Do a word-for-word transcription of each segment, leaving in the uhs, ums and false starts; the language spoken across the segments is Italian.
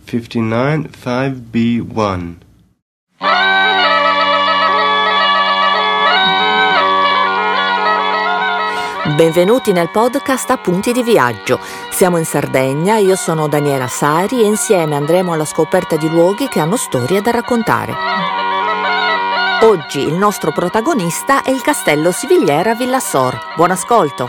cinquantanove five B uno. Benvenuti nel podcast Appunti di viaggio. Siamo in Sardegna, io sono Daniela Sari e insieme andremo alla scoperta di luoghi che hanno storie da raccontare. Oggi il nostro protagonista è il Castello Sivigliera Villassor. Buon ascolto!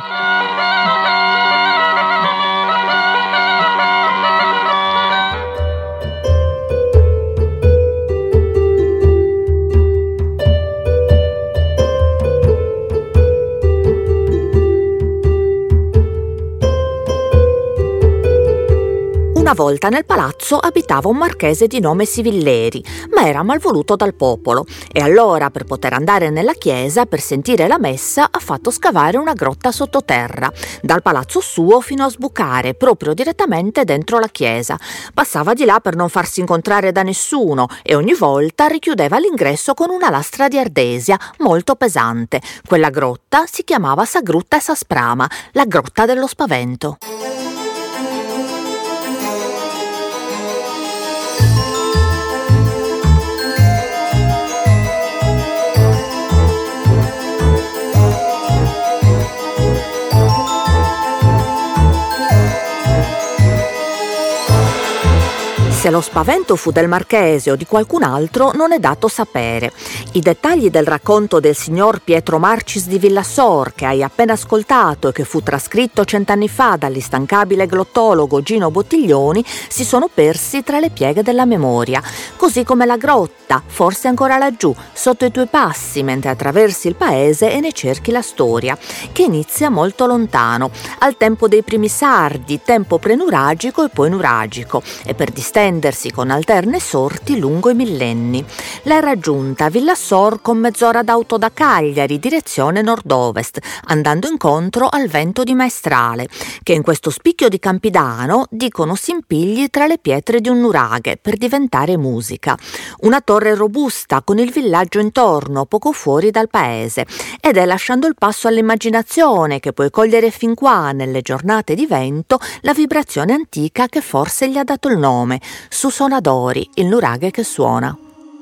Una volta nel palazzo abitava un marchese di nome Sivilleri, ma era malvoluto dal popolo e allora, per poter andare nella chiesa per sentire la messa, ha fatto scavare una grotta sottoterra, dal palazzo suo fino a sbucare proprio direttamente dentro la chiesa. Passava di là per non farsi incontrare da nessuno e ogni volta richiudeva l'ingresso con una lastra di ardesia molto pesante. Quella grotta si chiamava Sagrutta e Sasprama, la grotta dello spavento. Se lo spavento fu del marchese o di qualcun altro non è dato sapere. I dettagli del racconto del signor Pietro Marcis di Villassor, che hai appena ascoltato e che fu trascritto cent'anni fa dall'instancabile glottologo Gino Bottiglioni, si sono persi tra le pieghe della memoria, così come la grotta, forse ancora laggiù, sotto i tuoi passi, mentre attraversi il paese e ne cerchi la storia, che inizia molto lontano, al tempo dei primi sardi, tempo prenuragico e poi nuragico, e per distendersi con alterne sorti lungo i millenni. L'hai raggiunta Villassor con mezz'ora d'auto da Cagliari, direzione nord-ovest, andando incontro al vento di maestrale, che in questo spicchio di Campidano dicono si impigli tra le pietre di un nuraghe per diventare musica. Una torre robusta con il villaggio intorno, poco fuori dal paese, ed è lasciando il passo all'immaginazione che puoi cogliere fin qua nelle giornate di vento la vibrazione antica che forse gli ha dato il nome, su Sonadori, il nuraghe che suona.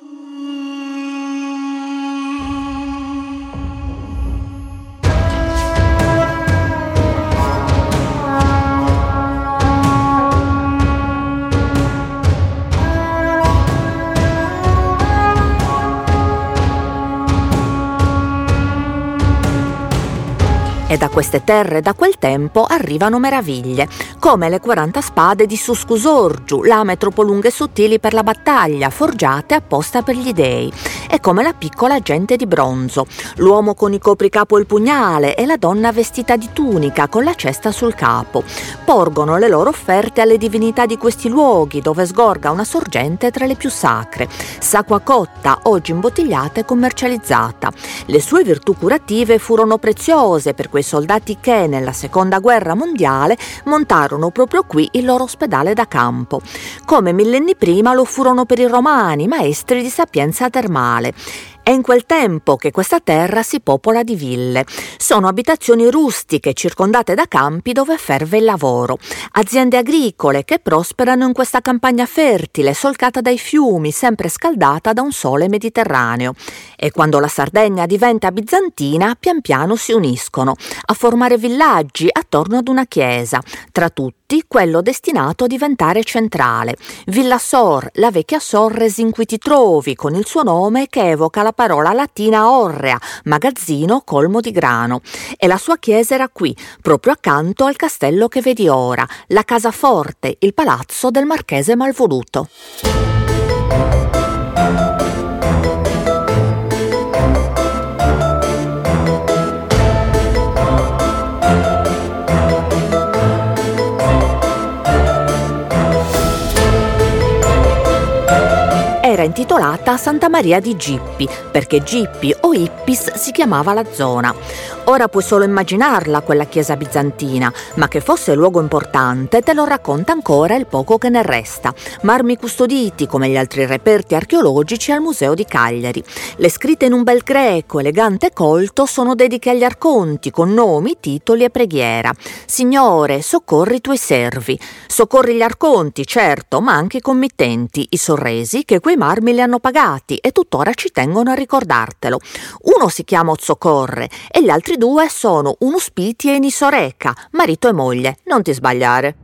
E da queste terre, da quel tempo, arrivano meraviglie, come le quaranta spade di Suscusorgiu, lame troppo lunghe e sottili per la battaglia, forgiate apposta per gli dei, e come la piccola gente di bronzo, l'uomo con i copricapo e il pugnale e la donna vestita di tunica con la cesta sul capo. Porgono le loro offerte alle divinità di questi luoghi, dove sgorga una sorgente tra le più sacre, s'acqua cotta, oggi imbottigliata e commercializzata. Le sue virtù curative furono preziose per quei soldati che nella seconda guerra mondiale montarono proprio qui il loro ospedale da campo, come millenni prima lo furono per i romani, maestri di sapienza termale. È in quel tempo che questa terra si popola di ville. Sono abitazioni rustiche circondate da campi dove ferve il lavoro, aziende agricole che prosperano in questa campagna fertile, solcata dai fiumi, sempre scaldata da un sole mediterraneo. E quando la Sardegna diventa bizantina, pian piano si uniscono a formare villaggi attorno ad una chiesa, tra tutti quello destinato a diventare centrale. Villassor, la vecchia Sorres in cui ti trovi, con il suo nome che evoca la parola latina orrea, magazzino colmo di grano. E la sua chiesa era qui, proprio accanto al castello che vedi ora, la Casa Forte, il palazzo del marchese malvoluto. era intitolata Santa Maria di Gippi, perché Gippi o Ippis si chiamava la zona. Ora puoi solo immaginarla quella chiesa bizantina, ma che fosse luogo importante te lo racconta ancora il poco che ne resta. Marmi custoditi come gli altri reperti archeologici al Museo di Cagliari. Le scritte in un bel greco elegante e colto sono dediche agli arconti con nomi, titoli e preghiera. Signore, soccorri i tuoi servi. Soccorri gli arconti, certo, ma anche i committenti, i sorresi che quei marmi li hanno pagati e tuttora ci tengono a ricordartelo. Uno si chiama Ozzocorre e gli altri due sono Unuspiti e Nisoreca, marito e moglie, non ti sbagliare.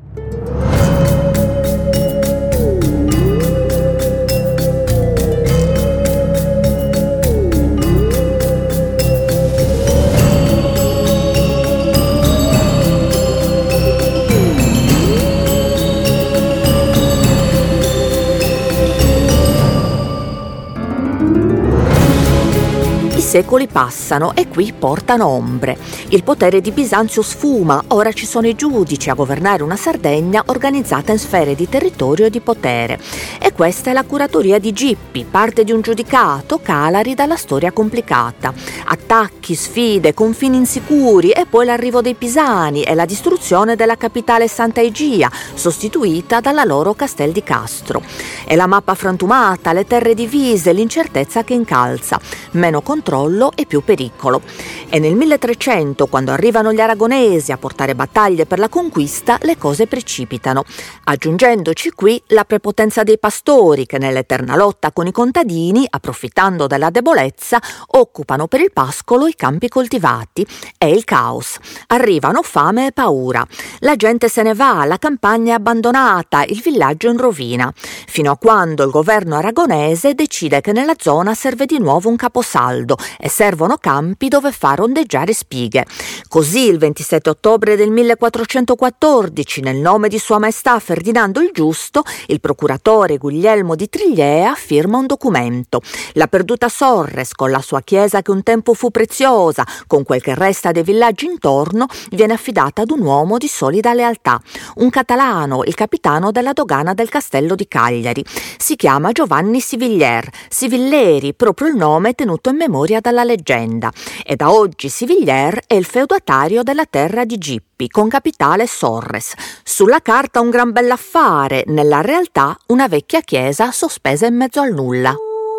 I secoli passano e qui portano ombre. Il potere di Bisanzio sfuma, ora ci sono i giudici a governare una Sardegna organizzata in sfere di territorio e di potere. E questa è la curatoria di Gippi, parte di un giudicato calari dalla storia complicata. Attacchi, sfide, confini insicuri e poi l'arrivo dei pisani e la distruzione della capitale Santa Egia, sostituita dalla loro Castel di Castro. E la mappa frantumata, le terre divise, l'incertezza che incalza. Meno controllo e più pericolo. E nel milletrecento, quando arrivano gli aragonesi a portare battaglie per la conquista, le cose precipitano, aggiungendoci qui la prepotenza dei pastori che nell'eterna lotta con i contadini, approfittando della debolezza, occupano per il pascolo i campi coltivati. È il caos. Arrivano fame e paura. La gente se ne va, la campagna è abbandonata, il villaggio in rovina, fino a quando il governo aragonese decide che nella zona serve di nuovo un caposaldo e servono campi dove far ondeggiare spighe. Così il ventisette ottobre del millequattrocentoquattordici, nel nome di Sua Maestà Ferdinando il Giusto, il procuratore Guglielmo di Trigliea firma un documento. La perduta Sorres, con la sua chiesa che un tempo fu preziosa, con quel che resta dei villaggi intorno, viene affidata ad un uomo di solida lealtà, un catalano, il capitano della dogana del castello di Cagliari. Si chiama Giovanni Siviglier, Sivilleri, proprio il nome tenuto in memoria dalla leggenda, e da oggi Siviglier è il feudatario della terra di Gippi, con capitale Sorres. Sulla carta un gran bell'affare, nella realtà una vecchia chiesa sospesa in mezzo al nulla.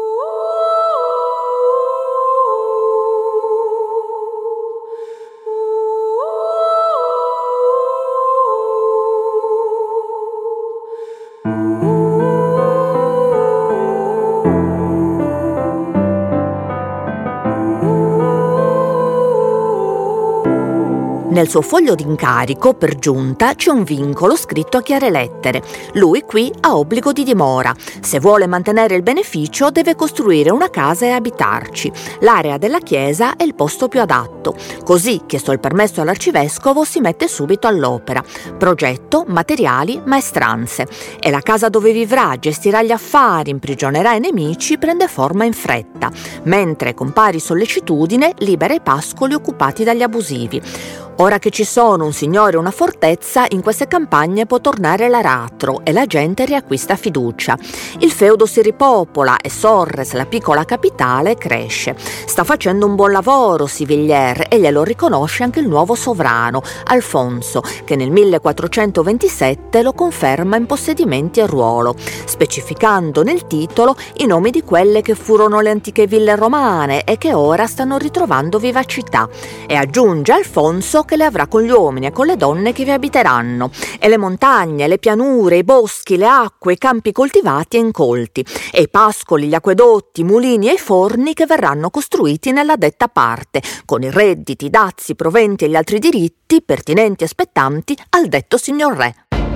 Nel suo foglio d'incarico, per giunta, c'è un vincolo scritto a chiare lettere. Lui qui ha obbligo di dimora. Se vuole mantenere il beneficio, deve costruire una casa e abitarci. L'area della chiesa è il posto più adatto. Così, chiesto il permesso all'arcivescovo, si mette subito all'opera. Progetto, materiali, maestranze. E la casa dove vivrà, gestirà gli affari, imprigionerà i nemici, prende forma in fretta. Mentre, con pari sollecitudine, libera i pascoli occupati dagli abusivi. Ora che ci sono un signore e una fortezza, in queste campagne può tornare l'aratro e la gente riacquista fiducia. Il feudo si ripopola e Sorres, la piccola capitale, cresce. Sta facendo un buon lavoro Siviglier e glielo riconosce anche il nuovo sovrano, Alfonso, che nel millequattrocentoventisette lo conferma in possedimenti e ruolo, specificando nel titolo i nomi di quelle che furono le antiche ville romane e che ora stanno ritrovando vivacità, e aggiunge Alfonso che le avrà con gli uomini e con le donne che vi abiteranno, e le montagne, le pianure, i boschi, le acque, i campi coltivati e incolti, e i pascoli, gli acquedotti, i mulini e i forni che verranno costruiti nella detta parte, con i redditi, i dazi, i proventi e gli altri diritti pertinenti e spettanti al detto signor re.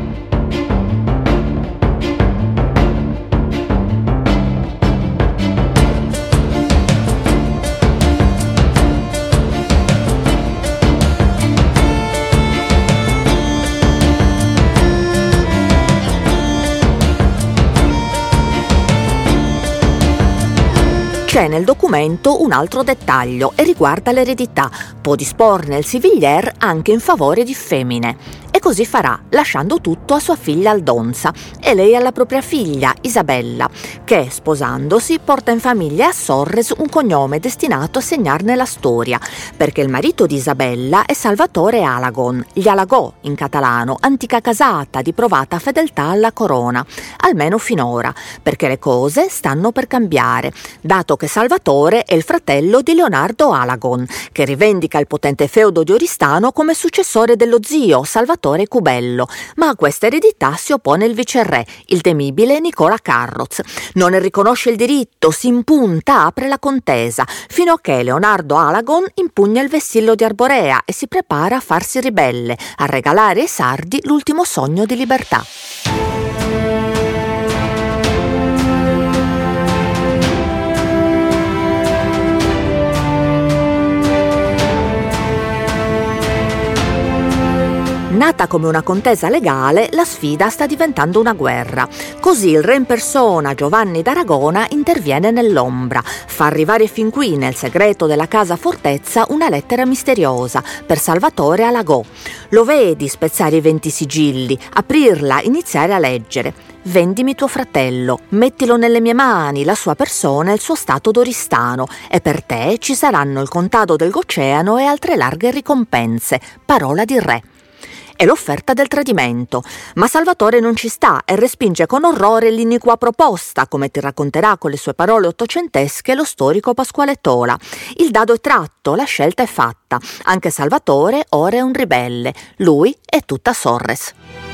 C'è nel documento un altro dettaglio e riguarda l'eredità. Può disporne il Siviglier anche in favore di femmine. E così farà, lasciando tutto a sua figlia Aldonza e lei alla propria figlia Isabella, che, sposandosi, porta in famiglia a Sorres un cognome destinato a segnarne la storia, perché il marito di Isabella è Salvatore Alagon, gli Alagò in catalano, antica casata di provata fedeltà alla corona, almeno finora, perché le cose stanno per cambiare, dato che Salvatore è il fratello di Leonardo Alagon, che rivendica il potente feudo di Oristano come successore dello zio Salvatore Cubello, ma a questa eredità si oppone il viceré, il temibile Nicola Carroz. Non ne riconosce il diritto, si impunta, apre la contesa, fino a che Leonardo Alagon impugna il vessillo di Arborea e si prepara a farsi ribelle, a regalare ai sardi l'ultimo sogno di libertà. Nata come una contesa legale, la sfida sta diventando una guerra. Così il re in persona, Giovanni d'Aragona, interviene nell'ombra, fa arrivare fin qui, nel segreto della casa fortezza, una lettera misteriosa per Salvatore Alagò. Lo vedi spezzare i venti sigilli, aprirla, iniziare a leggere. Vendimi tuo fratello, mettilo nelle mie mani, la sua persona e il suo stato d'Oristano, e per te ci saranno il contado del Goceano e altre larghe ricompense. Parola di re. È l'offerta del tradimento, ma Salvatore non ci sta e respinge con orrore l'iniqua proposta, come ti racconterà con le sue parole ottocentesche lo storico Pasquale Tola. Il dado è tratto, la scelta è fatta. Anche Salvatore ora è un ribelle, lui è tutta Sorres.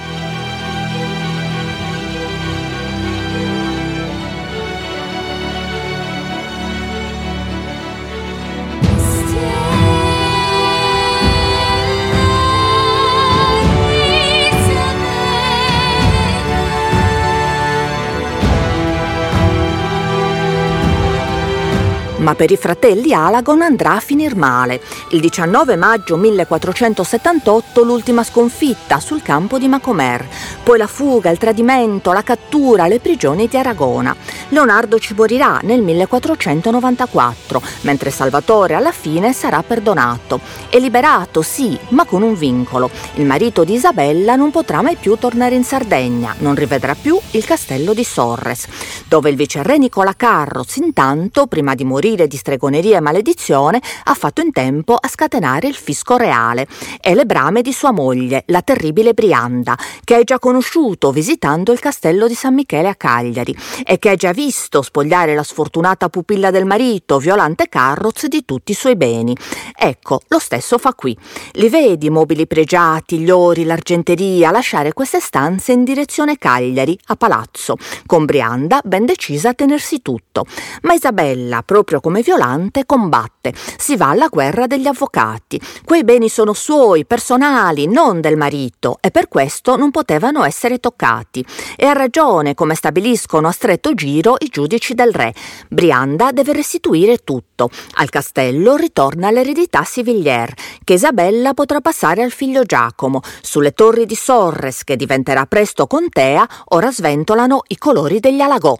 Ma per i fratelli Alagon andrà a finir male. Il diciannove maggio millequattrocentosettantotto l'ultima sconfitta sul campo di Macomer, poi la fuga, il tradimento, la cattura, le prigioni di Aragona. Leonardo ci morirà nel millequattrocentonovantaquattro, mentre Salvatore alla fine sarà perdonato. È liberato, sì, ma con un vincolo. Il marito di Isabella non potrà mai più tornare in Sardegna, non rivedrà più il castello di Sorres, dove il viceré Nicola Carroz intanto, prima di morire di stregoneria e maledizione, ha fatto in tempo a scatenare il fisco reale e le brame di sua moglie, la terribile Brianda, che hai già conosciuto visitando il castello di San Michele a Cagliari e che hai già visto spogliare la sfortunata pupilla del marito, Violante Carroz, di tutti i suoi beni. Ecco, lo stesso fa qui. Li vedi i mobili pregiati, gli ori, l'argenteria, lasciare queste stanze in direzione Cagliari, a palazzo, con Brianda ben decisa a tenersi tutto. Ma Isabella, proprio come Violante, combatte. Si va alla guerra degli avvocati. Quei beni sono suoi, personali, non del marito, e per questo non potevano essere toccati. E ha ragione, come stabiliscono a stretto giro i giudici del re. Brianda deve restituire tutto. Al castello ritorna l'eredità Sivillier, che Isabella potrà passare al figlio Giacomo. Sulle torri di Sorres, che diventerà presto contea, ora sventolano i colori degli Alagò.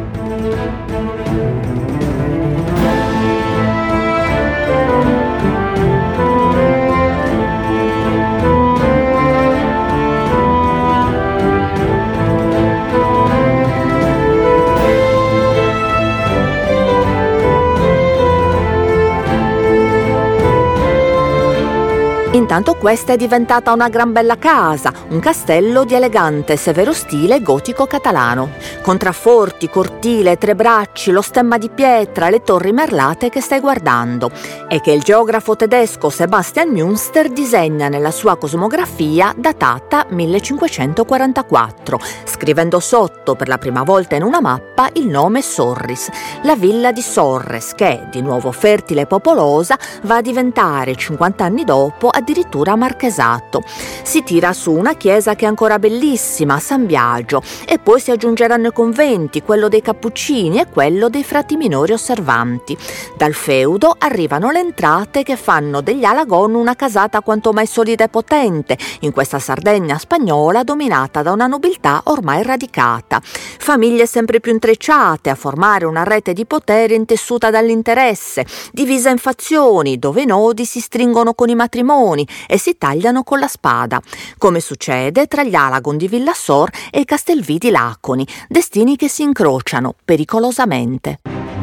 Intanto questa è diventata una gran bella casa, un castello di elegante severo stile gotico catalano, con trafforti, cortile, tre bracci, lo stemma di pietra, le torri merlate che stai guardando, e che il geografo tedesco Sebastian Münster disegna nella sua cosmografia datata millecinquecentoquarantaquattro, scrivendo sotto per la prima volta in una mappa il nome Sorris, la villa di Sorres che, di nuovo fertile e popolosa, va a diventare cinquanta anni dopo addirittura marchesato. Si tira su una chiesa che è ancora bellissima, San Biagio, e poi si aggiungeranno i conventi, quello dei Cappuccini e quello dei Frati Minori Osservanti. Dal feudo arrivano le entrate che fanno degli Alagon una casata quanto mai solida e potente in questa Sardegna spagnola dominata da una nobiltà ormai radicata. Famiglie sempre più intrecciate a formare una rete di potere intessuta dall'interesse, divisa in fazioni dove i nodi si stringono con i matrimoni, laconi e si tagliano con la spada, come succede tra gli Alagon di Villassor e i Castelvì di Laconi, destini che si incrociano pericolosamente.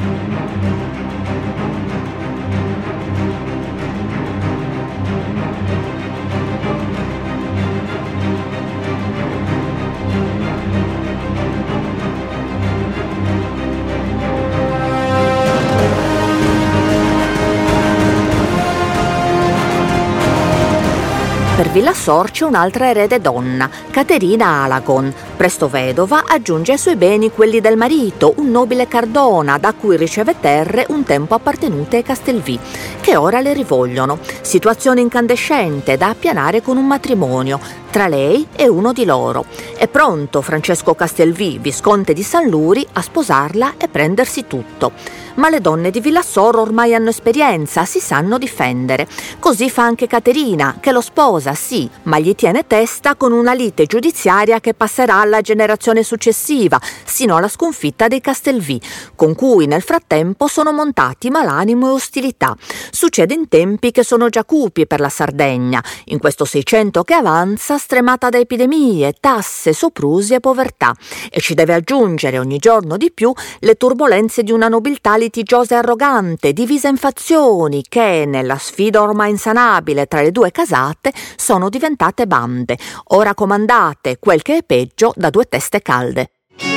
Per Villassor c'è un'altra erede donna, Caterina Alagon. Presto vedova, aggiunge ai suoi beni quelli del marito, un nobile Cardona, da cui riceve terre un tempo appartenute ai Castelvì, che ora le rivogliono. Situazione incandescente da appianare con un matrimonio tra lei e uno di loro. È pronto Francesco Castelvì, visconte di San Luri, a sposarla e prendersi tutto. Ma le donne di Villassor ormai hanno esperienza, si sanno difendere. Così fa anche Caterina, che lo sposa, sì, ma gli tiene testa con una lite giudiziaria che passerà alla generazione successiva, sino alla sconfitta dei Castelvì, con cui nel frattempo sono montati malanimo e ostilità. Succede in tempi che sono già cupi per la Sardegna, in questo Seicento che avanza, stremata da epidemie, tasse, soprusi e povertà, e ci deve aggiungere ogni giorno di più le turbolenze di una nobiltà litigiosa e arrogante, divisa in fazioni che, nella sfida ormai insanabile tra le due casate, sono diventate bande, ora comandate, quel che è peggio, da due teste calde.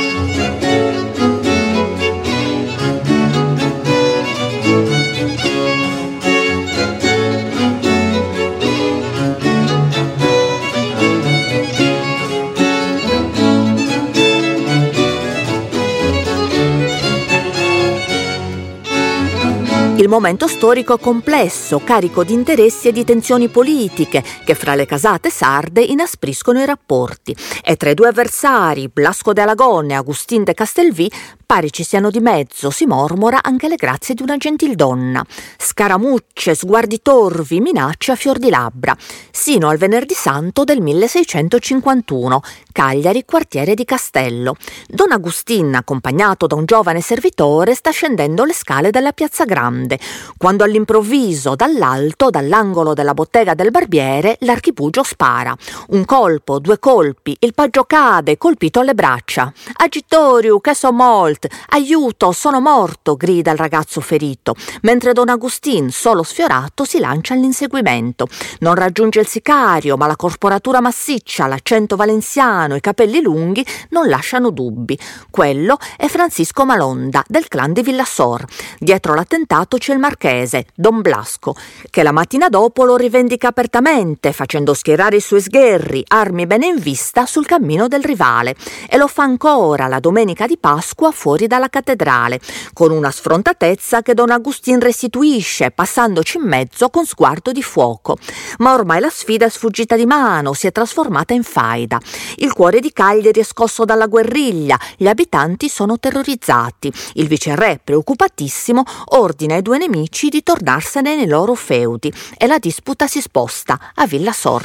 Il momento storico è complesso, carico di interessi e di tensioni politiche che fra le casate sarde inaspriscono i rapporti. E tra i due avversari, Blasco de Alagon e Agustin de Castelvì, pare ci siano di mezzo, si mormora, anche le grazie di una gentildonna. Scaramucce, sguardi torvi, minacce a fior di labbra, sino al venerdì santo del milleseicentocinquantuno, Cagliari, quartiere di Castello. Don Agustin, accompagnato da un giovane servitore, sta scendendo le scale della Piazza Grande, quando all'improvviso, dall'alto, dall'angolo della bottega del barbiere, l'archipugio spara. Un colpo, due colpi, il paggio cade, colpito alle braccia. Agitoriu, che so molt! Aiuto, sono morto, grida il ragazzo ferito, mentre Don Agustin, solo sfiorato, si lancia all'inseguimento. Non raggiunge il sicario, ma la corporatura massiccia, l'accento valenziano, i capelli lunghi non lasciano dubbi. Quello è Francisco Malonda, del clan di Villassor. Dietro l'attentato c'è il marchese, Don Blasco, che la mattina dopo lo rivendica apertamente, facendo schierare i suoi sgherri, armi bene in vista, sul cammino del rivale, e lo fa ancora la domenica di Pasqua fuori dalla cattedrale, con una sfrontatezza che Don Agustin restituisce, passandoci in mezzo con sguardo di fuoco. Ma ormai la sfida è sfuggita di mano, si è trasformata in faida. Il cuore di Cagliari è scosso dalla guerriglia, gli abitanti sono terrorizzati. Il viceré, preoccupatissimo, ordina ai due nemici di tornarsene nei loro feudi e la disputa si sposta a Villassor.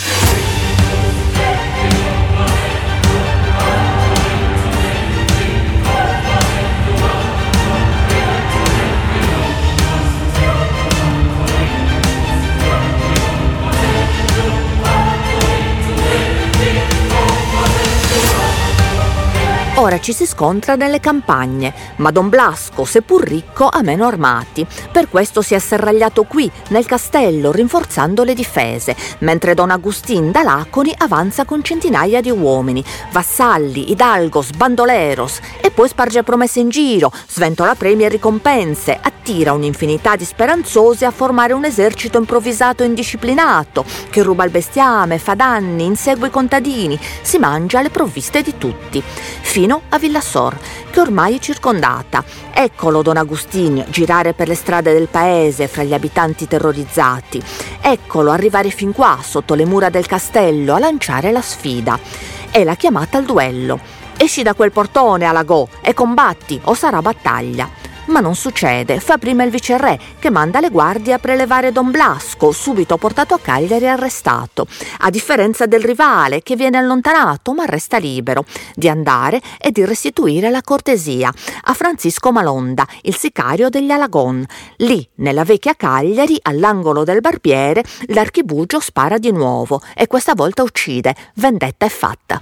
Ora ci si scontra nelle campagne, ma Don Blasco, seppur ricco, ha meno armati. Per questo si è serragliato qui, nel castello, rinforzando le difese, mentre Don Agustin da Laconi avanza con centinaia di uomini, vassalli, hidalgos, bandoleros, e poi sparge promesse in giro, sventola premi e ricompense, attira un'infinità di speranzosi a formare un esercito improvvisato e indisciplinato, che ruba il bestiame, fa danni, insegue i contadini, si mangia le provviste di tutti. Fino a Villassor, che ormai è circondata. Eccolo Don Agustin girare per le strade del paese fra gli abitanti terrorizzati. Eccolo arrivare fin qua, sotto le mura del castello, a lanciare la sfida. È la chiamata al duello. Esci da quel portone, Alagò, e combatti, o sarà battaglia. Ma non succede, fa prima il viceré che manda le guardie a prelevare Don Blasco, subito portato a Cagliari e arrestato, a differenza del rivale che viene allontanato ma resta libero di andare e di restituire la cortesia a Francisco Malonda, il sicario degli Alagon. Lì, nella vecchia Cagliari, all'angolo del Barbiere, l'archibugio spara di nuovo e questa volta uccide. Vendetta è fatta.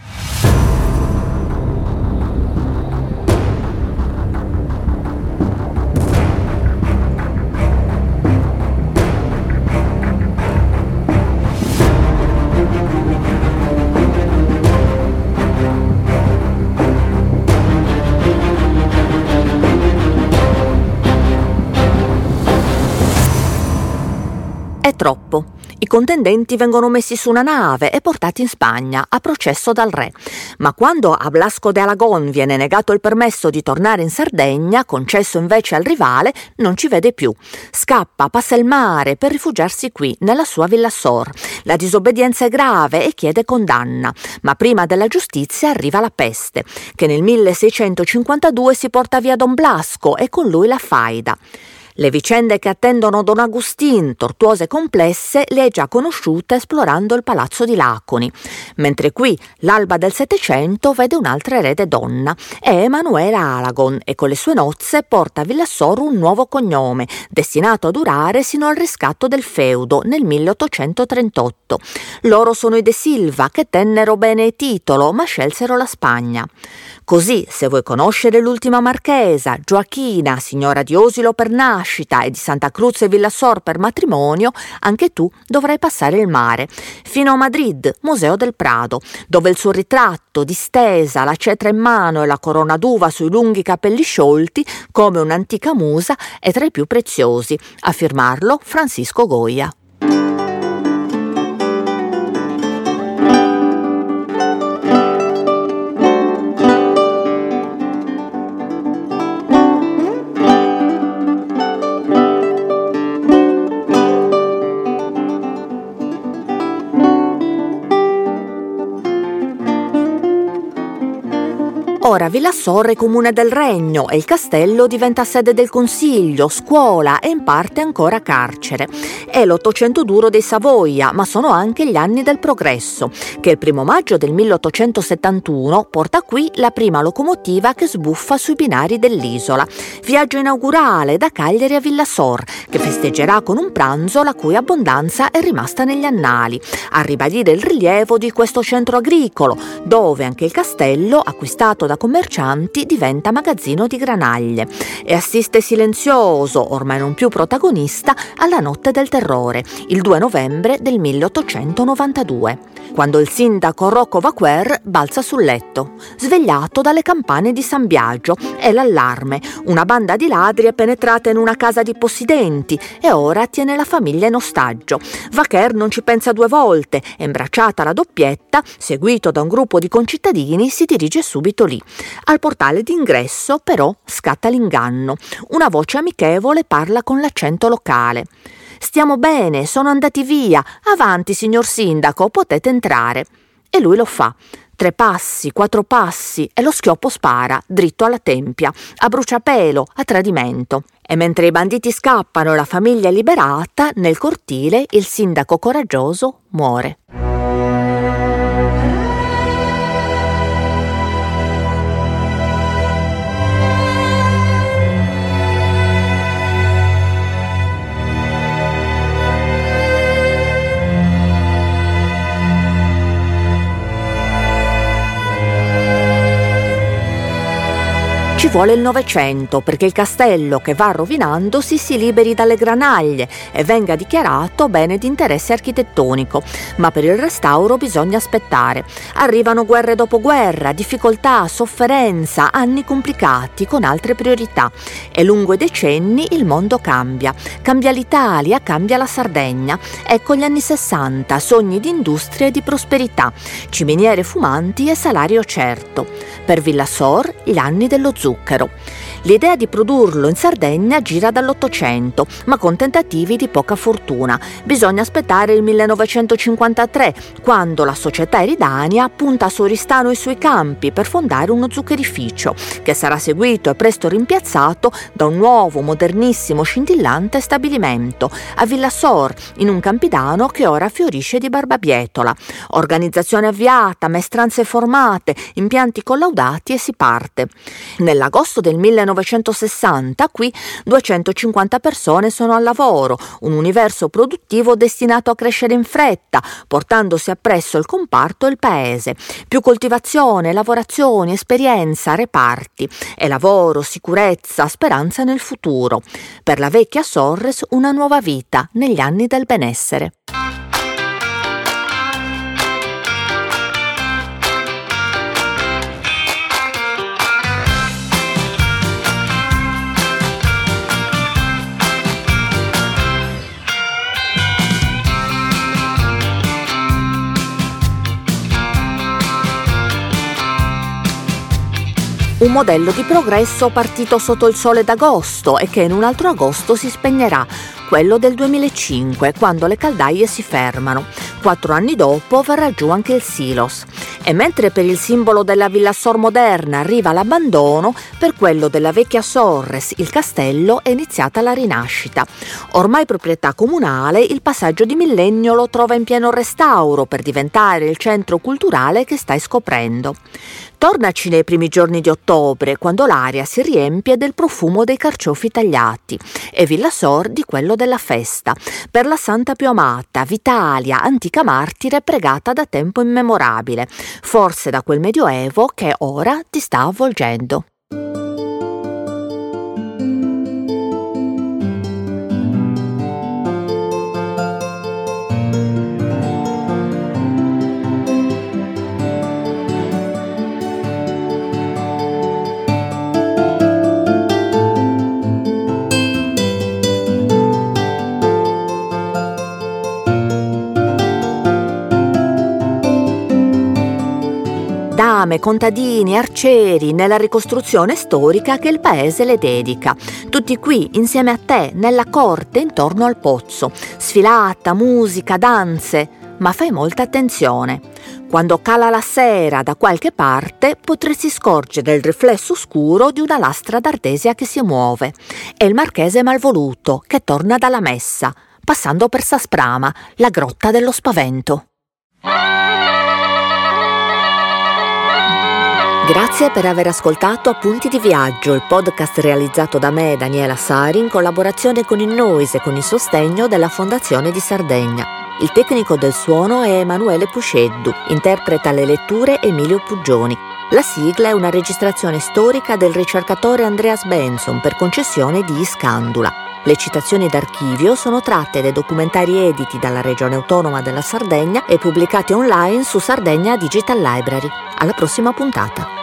È troppo. I contendenti vengono messi su una nave e portati in Spagna a processo dal re. Ma quando a Blasco de Alagon viene negato il permesso di tornare in Sardegna, concesso invece al rivale, non ci vede più. Scappa, passa il mare per rifugiarsi qui, nella sua Villa Sor. La disobbedienza è grave e chiede condanna. Ma prima della giustizia arriva la peste, che nel milleseicentocinquantadue si porta via Don Blasco e con lui la faida. Le vicende che attendono Don Agustin, tortuose e complesse, le hai già conosciute esplorando il palazzo di Laconi, mentre qui l'alba del Settecento vede un'altra erede donna, è Emanuela Alagon, e con le sue nozze porta a Villasoro un nuovo cognome, destinato a durare sino al riscatto del feudo nel milleottocentotrentotto. Loro sono i De Silva, che tennero bene il titolo, ma scelsero la Spagna. Così, se vuoi conoscere l'ultima marchesa, Gioachina, signora di Osilo per nascita e di Santa Cruz e Villasor per matrimonio, anche tu dovrai passare il mare, fino a Madrid, Museo del Prado, dove il suo ritratto, distesa, la cetra in mano e la corona d'uva sui lunghi capelli sciolti, come un'antica musa, è tra i più preziosi. A firmarlo Francisco Goya. Ora Villasor è comune del regno e il castello diventa sede del consiglio, scuola e in parte ancora carcere. È l'Ottocento duro dei Savoia, ma sono anche gli anni del progresso, che il primo maggio del milleottocentosettantuno porta qui la prima locomotiva che sbuffa sui binari dell'isola. Viaggio inaugurale da Cagliari a Villasor, che festeggerà con un pranzo la cui abbondanza è rimasta negli annali, a ribadire il rilievo di questo centro agricolo, dove anche il castello, acquistato da commercianti, diventa magazzino di granaglie e assiste silenzioso, ormai non più protagonista, alla notte del terrore, il due novembre del milleottocentonovantadue, quando il sindaco Rocco Vaquer balza sul letto, svegliato dalle campane di San Biagio. È l'allarme, una banda di ladri è penetrata in una casa di possidenti e ora tiene la famiglia in ostaggio. Vaquer non ci pensa due volte e, imbracciata la doppietta, seguito da un gruppo di concittadini, si dirige subito lì. Al portale d'ingresso però scatta l'inganno. Una voce amichevole parla con l'accento locale. «Stiamo bene, sono andati via. Avanti, signor sindaco, potete entrare». E lui lo fa. Tre passi, quattro passi e lo schioppo spara, dritto alla tempia, a bruciapelo, a tradimento. E mentre i banditi scappano e la famiglia è liberata, nel cortile il sindaco coraggioso muore. Ci vuole il Novecento perché il castello che va rovinandosi si liberi dalle granaglie e venga dichiarato bene di interesse architettonico, ma per il restauro bisogna aspettare. Arrivano guerre dopo guerra, difficoltà, sofferenza, anni complicati con altre priorità e lungo i decenni il mondo cambia. Cambia l'Italia, cambia la Sardegna. Ecco gli anni sessanta, sogni di industria e di prosperità, ciminiere fumanti e salario certo. Per Villasor gli anni dello zucchero. L'idea di produrlo in Sardegna gira dall'Ottocento, ma con tentativi di poca fortuna. Bisogna aspettare il millenovecentocinquantatré, quando la società Eridania punta su Oristano e sui campi per fondare uno zuccherificio, che sarà seguito e presto rimpiazzato da un nuovo, modernissimo, scintillante stabilimento a Villasor, in un campidano che ora fiorisce di barbabietola. Organizzazione avviata, maestranze formate, impianti collaudati e si parte. Nell'agosto del millenovecentosessanta qui duecentocinquanta persone sono al lavoro, un universo produttivo destinato a crescere in fretta, portandosi appresso il comparto e il paese. Più coltivazione, lavorazioni, esperienza, reparti e lavoro, sicurezza, speranza nel futuro. Per la vecchia Sorres una nuova vita negli anni del benessere. Un modello di progresso partito sotto il sole d'agosto e che in un altro agosto si spegnerà, quello del duemilacinque, quando le caldaie si fermano. Quattro anni dopo verrà giù anche il silos. E mentre per il simbolo della Villasor moderna arriva l'abbandono, per quello della vecchia Sorres, il castello, è iniziata la rinascita. Ormai proprietà comunale, il passaggio di millennio lo trova in pieno restauro per diventare il centro culturale che stai scoprendo. Tornaci nei primi giorni di ottobre, quando l'aria si riempie del profumo dei carciofi tagliati e Villasor di quello della festa, per la santa più amata, Vitalia, antica martire pregata da tempo immemorabile, forse da quel medioevo che ora ti sta avvolgendo. Dame, contadini, arcieri, nella ricostruzione storica che il paese le dedica. Tutti qui, insieme a te, nella corte intorno al pozzo. Sfilata, musica, danze, ma fai molta attenzione. Quando cala la sera da qualche parte potresti scorgere il riflesso scuro di una lastra d'ardesia che si muove. È il marchese Malvoluto che torna dalla messa, passando per Sasprama, la grotta dello spavento. Grazie per aver ascoltato Appunti di Viaggio, il podcast realizzato da me, Daniela Sari, in collaborazione con il Noise e con il sostegno della Fondazione di Sardegna. Il tecnico del suono è Emanuele Pusceddu, interpreta le letture Emilio Puggioni. La sigla è una registrazione storica del ricercatore Andreas Benson per concessione di Iscandula. Le citazioni d'archivio sono tratte dai documentari editi dalla Regione Autonoma della Sardegna e pubblicati online su Sardegna Digital Library. Alla prossima puntata.